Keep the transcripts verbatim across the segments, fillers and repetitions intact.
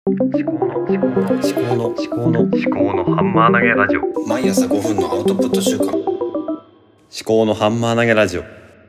思考の思考の思考の思考の思考のハンマー投げラジオ。 毎朝ごふんのアウトプット週間。 思考のハンマー投げラジオ。 お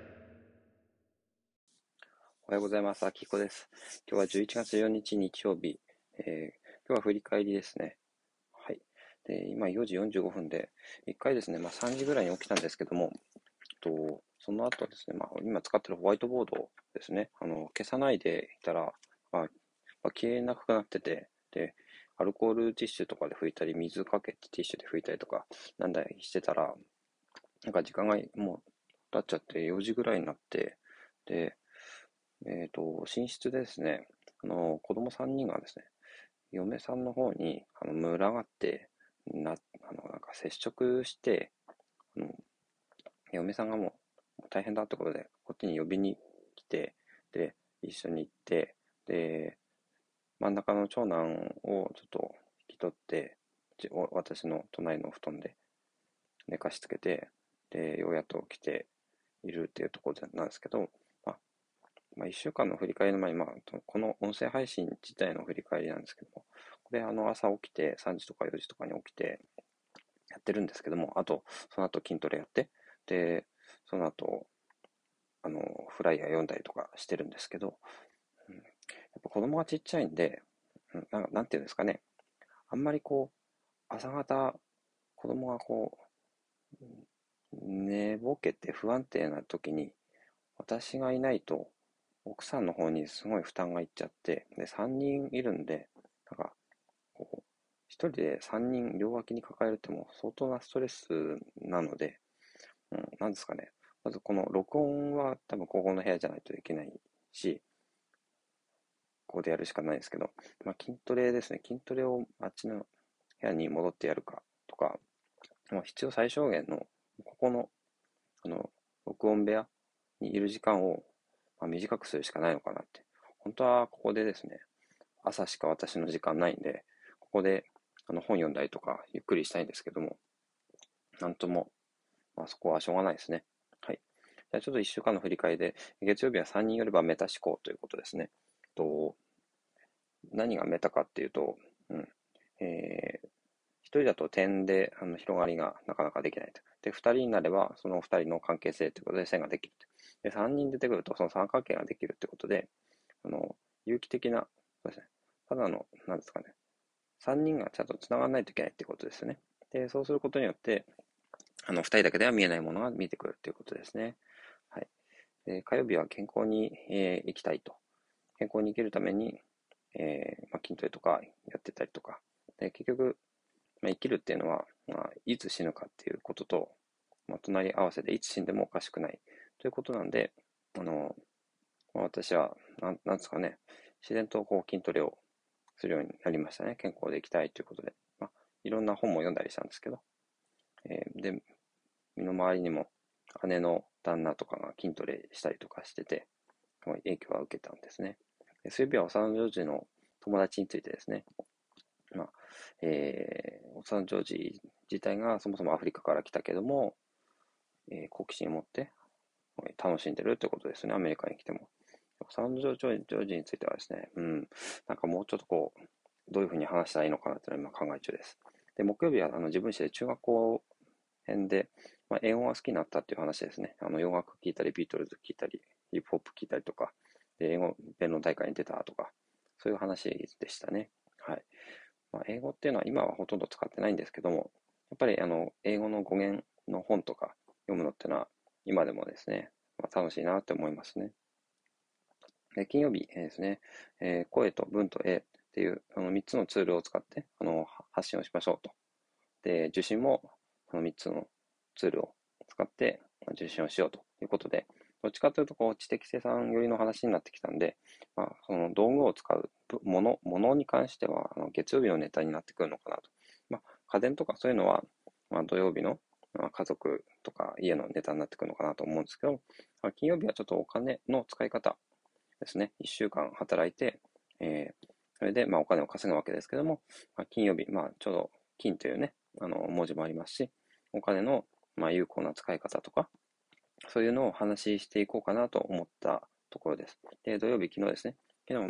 はようございます。あきこです。今日はじゅういちがつじゅうよっか日曜日、えー今日は振り返りですね。はい。で、今よじよんじゅうごふんで、一回ですね、まあさんじぐらいに起きたんですけども、とその後ですね、まあ今使ってるホワイトボードですね、あの、消さないでいたら、まあ、まあ、消えなくなってて、で、アルコールティッシュとかで拭いたり、水かけてティッシュで拭いたりとか、なんだりしてたら、なんか時間がもう経っちゃってよじぐらいになって、で、えっと、寝室でですね、あの、子供さんにんがですね、嫁さんの方に、あの、群がって、な、あの、なんか接触して、あの、嫁さんがもう大変だってことで、こっちに呼びに来て、で、一緒に行って、で、真ん中の長男をちょっと引き取って、じお私の隣の布団で寝かしつけて、で、ようやっと起きているっていうところなんですけど、まあ、まあ、いっしゅうかんの振り返りの前に、まあ、この音声配信自体の振り返りなんですけども、これ、あの、朝起きて、さんじとかよじとかに起きて、やってるんですけども、あと、その後筋トレやって、で、その後、あの、フライヤー読んだりとかしてるんですけど、うん、やっぱ子供がちっちゃいんで、うん、なんなんていうんですかね、あんまりこう、朝方、子供がこう、寝ぼけて不安定な時に、私がいないと、奥さんの方にすごい負担がいっちゃって、で、さんにんいるんで、なんか、こう、ひとりでさんにん両脇に抱えるっても相当なストレスなので、うん、なんですかね。まずこの録音は多分ここの部屋じゃないといけないし、ここでやるしかないんですけど、まあ、筋トレですね。筋トレをあっちの部屋に戻ってやるかとか、まあ、必要最小限の、ここの、あの、録音部屋にいる時間を、まあ、短くするしかないのかなって。本当はここでですね、朝しか私の時間ないんで、ここであの本読んだりとか、ゆっくりしたいんですけども、なんとも、まあそこはしょうがないですね。はい。じゃあちょっといっしゅうかんの振り返りで、月曜日はさんにんよればメタ思考ということですね。と、何がメタかっていうと、うん、えー、ひとりだと点であの広がりがなかなかできないと。で、ふたりになれば、そのふたりの関係性ということで線ができると。で、さんにん出てくると、その三角形ができるということで、あの、有機的な、そうですね、ただの、なんですかね、さんにんがちゃんと繋がらないといけないっていうことですね。で、そうすることによって、あの、ふたりだけでは見えないものが見えてくるということですね。はい。で、火曜日は健康に、えー生きたいと。健康に生きるために、えーまあ、筋トレとかやってたりとか。で、結局、まあ、生きるっていうのは、まあ、いつ死ぬかっていうことと、まあ、隣り合わせでいつ死んでもおかしくないということなんで、あの、まあ、私は、なん、なんですかね、自然とこう筋トレをするようになりましたね。健康でいきたいということで。まあ、いろんな本も読んだりしたんですけど。えーで、身の回りにも姉の旦那とかが筋トレしたりとかしてて、影響は受けたんですね。水曜日は幼女児の友達についてですね。まあ、えー、幼女児自体がそもそもアフリカから来たけども、えー、好奇心を持って楽しんでるということですね。アメリカに来ても。幼女児についてはですね、うん、なんかもうちょっとこう、どういうふうに話したらいいのかなというのは今考え中です。で、木曜日はあの自分史で中学校編で、まあ、英語が好きになったっていう話ですね。あの洋楽聴いたり、ビートルズ聴いたり、ヒップホップ聴いたりとか、で英語弁論大会に出たとか、そういう話でしたね。はい。まあ、英語っていうのは今はほとんど使ってないんですけども、やっぱりあの英語の語源の本とか読むのってのは今でもですね、まあ、楽しいなって思いますね。で金曜日ですね、えー声と文と絵っていうあのみっつのツールを使ってあの発信をしましょうと。で、受信もこのみっつのツールを使って受信をしようということで、どっちかというとこう知的生産寄りの話になってきたんで、まあ、その道具を使うもの、ものに関してはあの月曜日のネタになってくるのかなと。まあ、家電とかそういうのは、まあ、土曜日の、まあ、家族とか家のネタになってくるのかなと思うんですけど、まあ、金曜日はちょっとお金の使い方ですね。いっしゅうかん働いて、えー、それでまあお金を稼ぐわけですけども、まあ、金曜日、まあ、ちょうど金というね、あの文字もありますし、お金のまあ有効な使い方とか、そういうのをお話ししていこうかなと思ったところです。で、土曜日、昨日ですね。昨日もまあ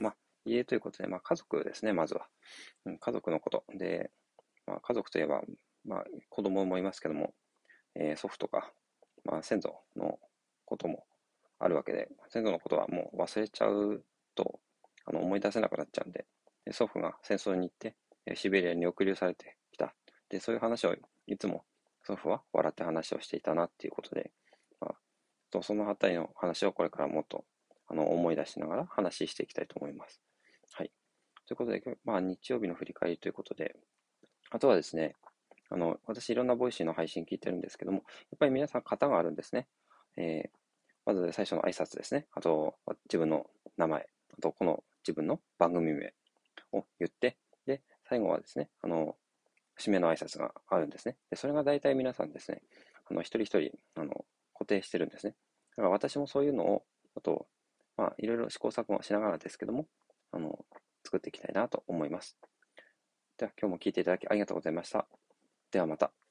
家ということで、まあ、家族ですね、まずは。うん、家族のこと。で、まあ、家族といえば、まあ、子供もいますけども、えー祖父とか、まあ、先祖のこともあるわけで、先祖のことはもう忘れちゃうと、あの思い出せなくなっちゃうんで、で祖父が戦争に行って、えシベリアに抑留されてきた。で、そういう話をいつも祖父は笑って話をしていたなっていうことで、まあ、とそのあたりの話をこれからもっとあの思い出しながら話していきたいと思います。はい。ということで、まあ、日曜日の振り返りということで、あとはですね、あの、私いろんなボイシーの配信聞いてるんですけども、やっぱり皆さん型があるんですね。えーまず最初の挨拶ですね。あと、自分の名前、あと、この自分の番組名を言って、で、最後はですね、あの、締めの挨拶があるんですね。で、それが大体皆さんですね、あの、一人一人、あの、固定してるんですね。だから私もそういうのを、あと、まあ、いろいろ試行錯誤しながらですけども、あの、作っていきたいなと思います。では、今日も聞いていただきありがとうございました。ではまた。